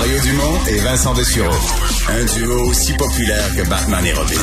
Mario Dumont et Vincent Dessureau. Un duo aussi populaire que Batman et Robin.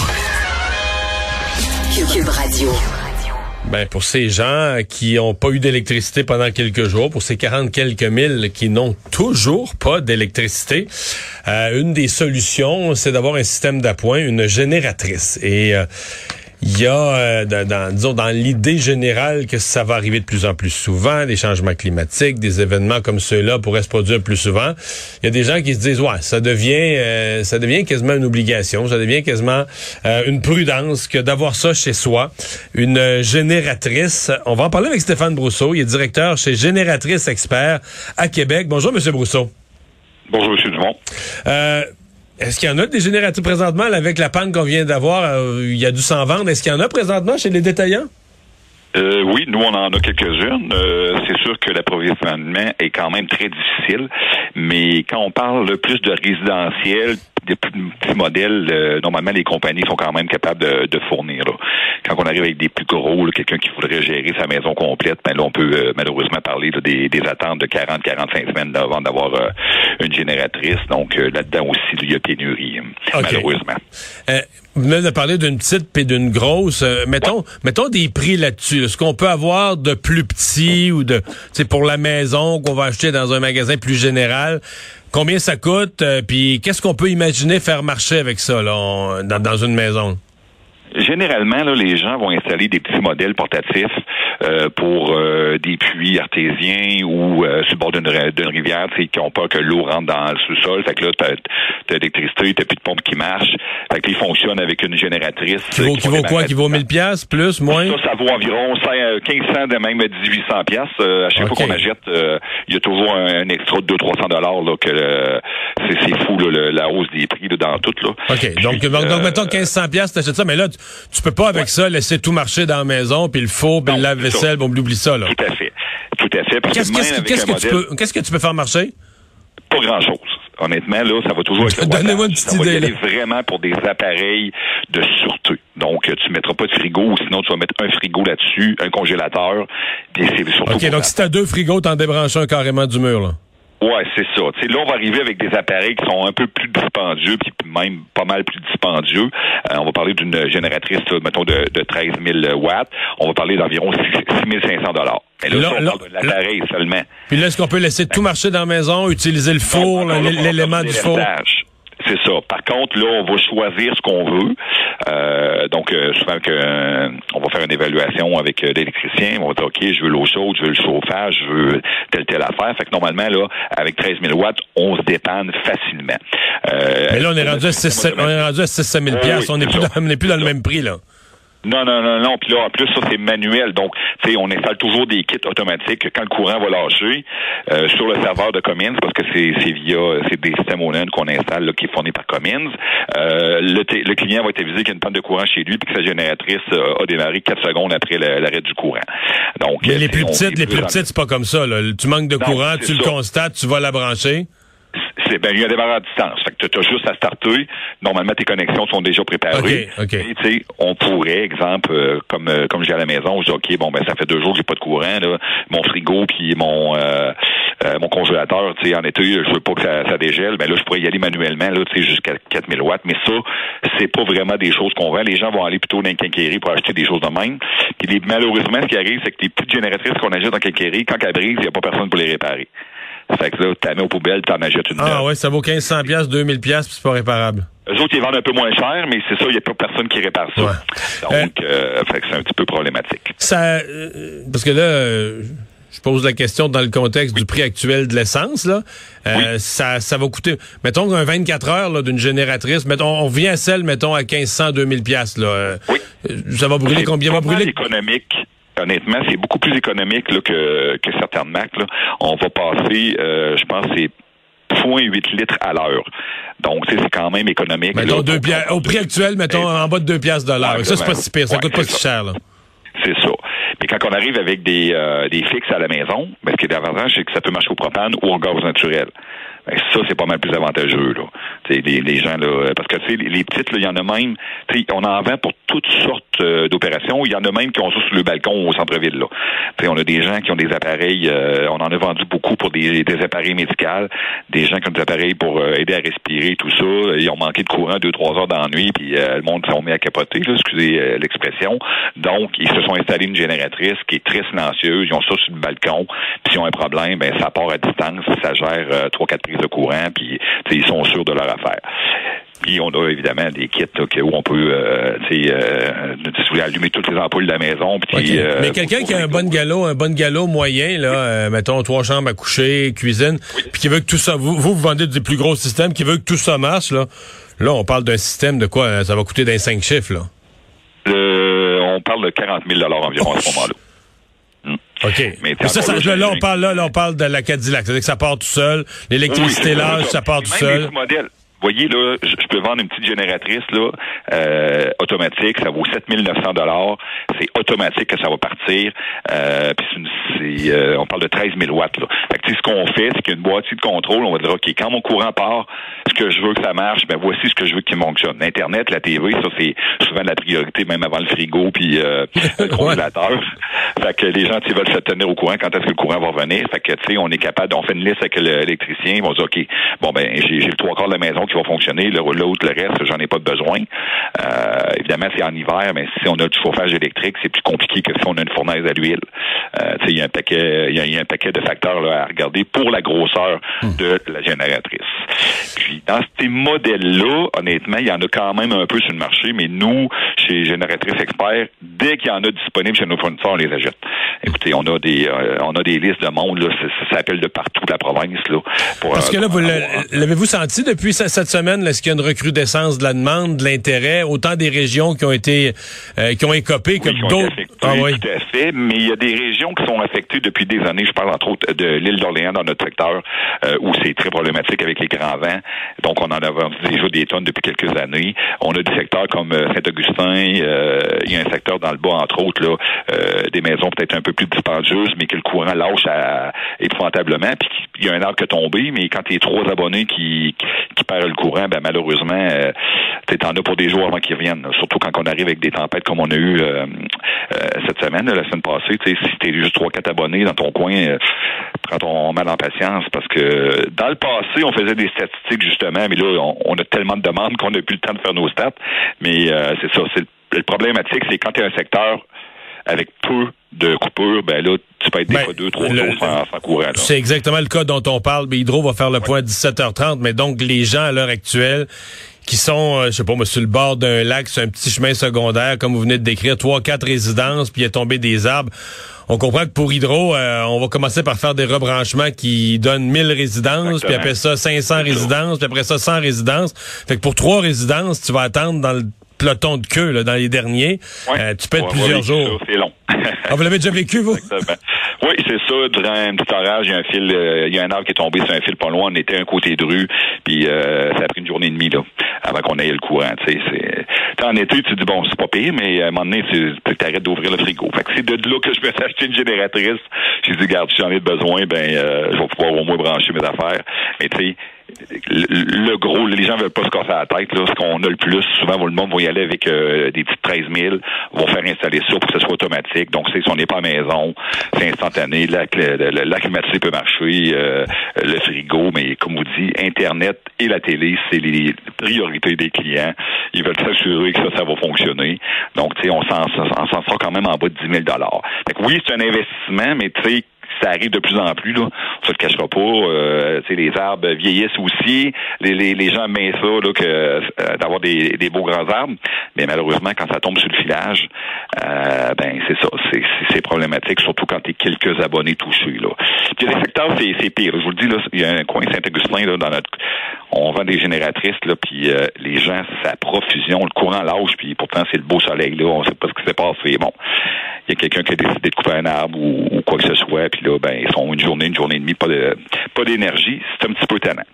Cube Radio. Ben, pour ces gens qui n'ont pas eu d'électricité pendant quelques jours, pour ces 40 quelques mille qui n'ont toujours pas d'électricité, une des solutions, c'est d'avoir un système d'appoint, une génératrice. Et il y a, dans l'idée générale que ça va arriver de plus en plus souvent, des changements climatiques, des événements comme ceux-là pourraient se produire plus souvent. Il y a des gens qui se disent, ouais, ça devient quasiment une obligation, ça devient quasiment une prudence que d'avoir ça chez soi, une génératrice. On va en parler avec Stéphane Brousseau, il est directeur chez Génératrice Expert à Québec. Bonjour, Monsieur Brousseau. Bonjour, M. Dumont. Est-ce qu'il y en a des génératrices présentement, là, avec la panne qu'on vient d'avoir, il y a dû s'en vendre. Est-ce qu'il y en a présentement chez les détaillants? Oui, nous, on en a quelques-unes. C'est sûr que l'approvisionnement est quand même très difficile, mais quand on parle plus de résidentiel, des plus petits modèles, normalement, les compagnies sont quand même capables de fournir. Là. Quand on arrive avec des plus gros, là, quelqu'un qui voudrait gérer sa maison complète, ben là, on peut malheureusement parler là, des attentes de 40-45 semaines avant d'avoir une génératrice. Donc, là-dedans aussi, il y a pénurie, malheureusement. Vous venez de parler d'une petite puis d'une grosse. Mettons des prix là-dessus. Ce qu'on peut avoir de plus petit ou pour la maison qu'on va acheter dans un magasin plus général. Combien ça coûte? Puis qu'est-ce qu'on peut imaginer faire marcher avec ça là, dans une maison? Généralement, là, les gens vont installer des petits modèles portatifs pour des puits artésiens ou sur le bord d'une rivière, qui n'ont pas que l'eau rentre dans le sous-sol. Fait que là, t'as l'électricité, t'as plus de pompe qui marche. Fait que là, ils fonctionnent avec une génératrice. Qui vaut quoi? Qui vaut 1000 $, plus, moins? Ça vaut environ 1500 de même 1800 $. À chaque fois qu'on achète, il y a toujours un extra de 200-300 $ là, que c'est fou là, la hausse des prix là, dans tout. Là. OK. Puis, donc mettons 1500 $, t'achètes ça, mais là, tu peux pas avec ça laisser tout marcher dans la maison, puis le four, puis le lave-vaisselle, on oublie ça, là. Tout à fait. Qu'est-ce que tu peux faire marcher? Pas grand-chose. Honnêtement, là, ça va toujours être Donnez-moi une petite idée. Ça va aller vraiment pour des appareils de sûreté. Donc, tu mettras pas de frigo, ou sinon tu vas mettre un frigo là-dessus, un congélateur. Puis c'est surtout OK, donc si t'as 2 frigos, t'en débranches un carrément du mur, là. Ouais, c'est ça. T'sais, là, on va arriver avec des appareils qui sont un peu plus dispendieux, puis même pas mal plus dispendieux. On va parler d'une génératrice, là, mettons, de 13 000 watts. On va parler d'environ 6 500 $. Mais là, on parle de l'appareil seulement. Puis là, est-ce qu'on peut laisser tout marcher dans la maison, utiliser le four, l'élément du four? C'est ça. Par contre, là, on va choisir ce qu'on veut. Donc, souvent on va faire une évaluation avec l'électricien. On va dire, OK, je veux l'eau chaude, je veux le chauffage, je veux telle affaire. Fait que normalement, là, avec 13 000 watts, on se dépanne facilement. Mais là, on est rendu à 6 000 $. On n'est plus dans le même prix, là. Non. Puis là, en plus, ça, c'est manuel. Donc, tu sais, on installe toujours des kits automatiques quand le courant va lâcher sur le serveur de Cummins, parce que c'est des systèmes ONN qu'on installe, là, qui est fourni par Cummins. Le client va être avisé qu'il y a une panne de courant chez lui, puis que sa génératrice a démarré 4 secondes après l'arrêt du courant. Donc, mais les plus petites, c'est pas comme ça, là. Tu manques de courant, tu le constates, tu vas la brancher. Il y a des barres à distance. Fait que tu as juste à starter. Normalement, tes connexions sont déjà préparées. OK. Et tu sais, on pourrait, exemple, comme j'ai à la maison, je dis, OK, bon, ben, ça fait 2 jours que j'ai pas de courant, là. Mon frigo puis mon congélateur, tu sais, en été, je veux pas que ça dégèle. Ben là, je pourrais y aller manuellement, là, tu sais, jusqu'à 4000 watts. Mais ça, c'est pas vraiment des choses qu'on vend. Les gens vont aller plutôt dans les quincailleries pour acheter des choses de même. Puis malheureusement, ce qui arrive, c'est que les petites génératrices qu'on achète en quincaillerie, quand elles brisent, il n'y a pas personne pour les réparer. Fait que là, tu la mets aux poubelles, tu en achètes une. Ah ouais, ça vaut 1500 $, 2000 $, puis c'est pas réparable. Eux autres, ils vendent un peu moins cher, mais c'est ça, il n'y a pas personne qui répare ça. Ouais. Donc, fait que c'est un petit peu problématique. Parce que là, je pose la question dans le contexte du prix actuel de l'essence, là. Ça va coûter, mettons, un 24 heures là, d'une génératrice. Mettons, on revient à celle, mettons, à 1500, 2000 $, là. Ça va brûler combien? Va brûler économique. Honnêtement, c'est beaucoup plus économique là, que certaines marques. Là. On va passer, je pense, c'est 0,8 litres à l'heure. Donc, c'est quand même économique. Mettons là, au prix actuel, mettons, en bas de 2 $ de l'heure. Ça, c'est pas si pire. Ça coûte pas si cher, là. C'est ça. Mais quand on arrive avec des fixes à la maison, ben, ce qui est davantage, c'est que ça peut marcher au propane ou au gaz naturel. ben, ça, c'est pas mal plus avantageux, là. Les gens, là, parce que, tu sais, les petites, là, il y en a même, tu sais, on en vend pour toutes sortes d'opérations. Il y en a même qui ont ça sur le balcon au centre-ville, là. Tu sais, on a des gens qui ont des appareils, on en a vendu beaucoup pour des appareils médicaux, des gens qui ont des appareils pour aider à respirer, tout ça. Ils ont manqué de courant 2-3 heures dans la nuit, puis le monde s'est mis à capoter, là, excusez l'expression. Donc, ils se sont installés une génératrice qui est très silencieuse. Ils ont ça sur le balcon. Puis s'ils ont un problème, ben ça part à distance, ça gère 3-4 prises de courant, puis ils sont sûrs de leur affaire. Puis on a évidemment des kits là, où on peut allumer toutes les ampoules de la maison. Puis, okay. Mais quelqu'un qui a un bon galop moyen, là, mettons 3 chambres à coucher, cuisine, puis qui veut que tout ça, vous vendez des plus gros systèmes, qui veut que tout ça marche, là on parle d'un système de quoi? Ça va coûter dans 5 chiffres, là. On parle de 40 000 environ à ce moment-là. OK. Mais là, on parle de la Cadillac. C'est-à-dire que ça part tout seul. L'électricité large, ça part tout seul. Vous voyez, là, je peux vendre une petite génératrice, là, automatique, ça vaut 7 900 $. C'est automatique que ça va partir. Puis on parle de 13 000 watts, là. Fait que, ce qu'on fait, c'est qu'il y a une boîtier de contrôle. On va dire, OK, quand mon courant part, ce que je veux que ça marche, ben, voici ce que je veux qu'il fonctionne. L'Internet, la TV, ça, c'est souvent la priorité, même avant le frigo, puis le congélateur. Fait que les gens, veulent se tenir au courant quand est-ce que le courant va revenir. Fait que, on est capable, on fait une liste avec l'électricien. Ils vont dire, OK, bon, ben, j'ai le 3/4 de la maison qui va fonctionner, l'autre, le reste, j'en ai pas besoin. Évidemment, c'est en hiver, mais si on a du chauffage électrique, c'est plus compliqué que si on a une fournaise à l'huile. Il y a un paquet de facteurs là, à regarder pour la grosseur de la génératrice. Puis, dans ces modèles-là, honnêtement, il y en a quand même un peu sur le marché, mais nous, chez Génératrice Expert, dès qu'il y en a disponible chez nos fournisseurs, on les achète. Écoutez, on a des listes de monde, là, ça appelle de partout la province, là. Parce que là, l'avez-vous senti depuis cette semaine, là, est-ce qu'il y a une recrudescence de la demande, de l'intérêt, autant des régions qui ont été, qui ont écopé comme d'autres? Oui, tout à fait, mais il y a des régions qui sont affectées depuis des années. Je parle entre autres de l'île d'Orléans dans notre secteur, où c'est très problématique avec les grands vents. Donc, on en a vendu déjà des tonnes depuis quelques années. On a des secteurs comme Saint-Augustin, il y a un secteur dans le bas, entre autres, là, des maisons peut-être un peu plus dispendieuses, mais que le courant lâche épouvantablement, puis il y a un arbre qui a tombé, mais quand il y a 3 abonnés qui perdent le courant, ben malheureusement, t'en as pour des jours avant qu'ils reviennent. Surtout quand on arrive avec des tempêtes comme on a eu cette semaine, la semaine passée. Si t'es juste 3-4 abonnés dans ton coin, prends ton mal en patience, parce que dans le passé, on faisait des statistiques justement, mais là, on a tellement de demandes qu'on n'a plus le temps de faire nos stats. Mais c'est ça, le problématique, c'est quand tu as un secteur avec peu de coupures, ben là, tu peux être des fois 2-3 jours sans courant. C'est exactement le cas dont on parle. Hydro va faire le point à 17h30, mais donc les gens à l'heure actuelle qui sont, je sais pas, sur le bord d'un lac, sur un petit chemin secondaire, comme vous venez de décrire, 3-4 résidences, puis il est tombé des arbres. On comprend que pour Hydro, on va commencer par faire des rebranchements qui donnent 1000 résidences, puis après ça 500 résidences, puis après ça 100 résidences. Fait que pour 3 résidences, tu vas attendre dans le peloton de queue, là, dans les derniers. Ouais. Tu peux être plusieurs jours. C'est long. Vous l'avez déjà vécu, vous? Exactement. Oui, c'est ça. Durant un petit orage, il y a un arbre qui est tombé sur un fil pas loin. On était à un côté de rue, puis ça a pris une journée et demie là, avant qu'on ait le courant. En été, tu dis, bon, c'est pas pire, mais à un moment donné, tu t'arrêtes d'ouvrir le frigo. Fait que c'est de là que je me suis acheté une génératrice. J'ai dit, regarde, si j'en ai besoin, je vais pouvoir au moins brancher mes affaires. Mais tu sais, le gros, les gens veulent pas se casser la tête. Là. Ce qu'on a le plus, souvent, le monde va y aller avec des petites 13 000, vont faire installer ça pour que ce soit automatique. Donc, si on n'est pas à la maison, c'est instantané. La climatisée peut marcher, le frigo, mais comme vous dites, Internet et la télé, c'est les priorités des clients. Ils veulent s'assurer que ça va fonctionner. Donc, tu sais, on s'en sort quand même en bas de 10 000 $. Fait que oui, c'est un investissement, mais tu sais, ça arrive de plus en plus, là. Ça le cachera pas. Les arbres vieillissent aussi. Les gens aiment ça, là, que d'avoir des beaux grands arbres. Mais malheureusement, quand ça tombe sur le filage, c'est ça. C'est problématique, surtout quand t'es quelques abonnés touchés, là. Puis les secteurs, c'est pire. Je vous le dis, là, il y a un coin Saint-Augustin, là, on vend des génératrices, là, puis les gens, c'est à profusion. Le courant lâche, puis pourtant, c'est le beau soleil, là. On sait pas ce qui s'est passé. Bon. Il y a quelqu'un qui a décidé de couper un arbre ou quoi que ce soit, puis là, ils sont une journée et demie, pas d'énergie. C'est un petit peu tannant.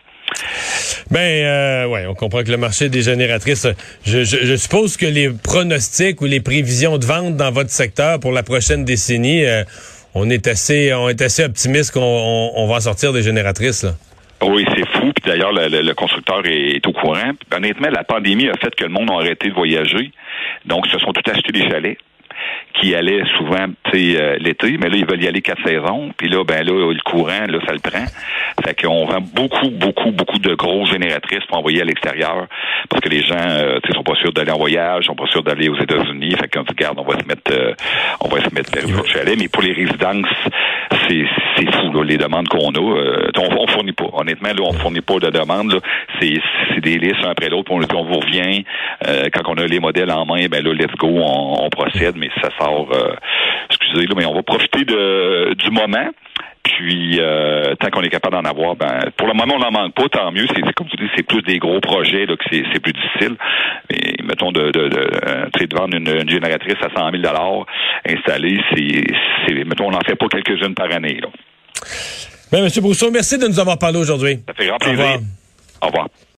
On comprend que le marché des génératrices, je suppose que les pronostics ou les prévisions de vente dans votre secteur pour la prochaine décennie, on est assez optimiste qu'on va en sortir des génératrices, là. Oui, c'est fou. Puis d'ailleurs, le constructeur est au courant. Puis, honnêtement, la pandémie a fait que le monde a arrêté de voyager. Donc, ils se sont tous achetés des chalets qui allaient souvent l'été, mais là, ils veulent y aller 4 saisons. Puis là, le courant, là, ça le prend. Fait qu'on vend beaucoup de grosses génératrices pour envoyer à l'extérieur parce que les gens sont pas sûrs d'aller en voyage, sont pas sûrs d'aller aux États-Unis. Fait qu'on dit, regarde, on va se mettre vers le chalet. Mais pour les résidences, c'est fou, là, les demandes qu'on a. On fournit pas. Honnêtement, là, on fournit pas de demandes. Là. C'est des listes un après l'autre. On vous revient. Quand on a les modèles en main, ben là, let's go, on procède, mais ça sort excusez, là, mais on va profiter du moment. Puis tant qu'on est capable d'en avoir, ben pour le moment on n'en manque pas, tant mieux. C'est comme vous dites, c'est plus des gros projets là que c'est plus difficile. Mais mettons de vendre une génératrice à 100 000 installée, c'est mettons on n'en fait pas quelques-unes par année. Là. Ben, M. Brousseau, merci de nous avoir parlé aujourd'hui. Ça fait grand plaisir. Au revoir.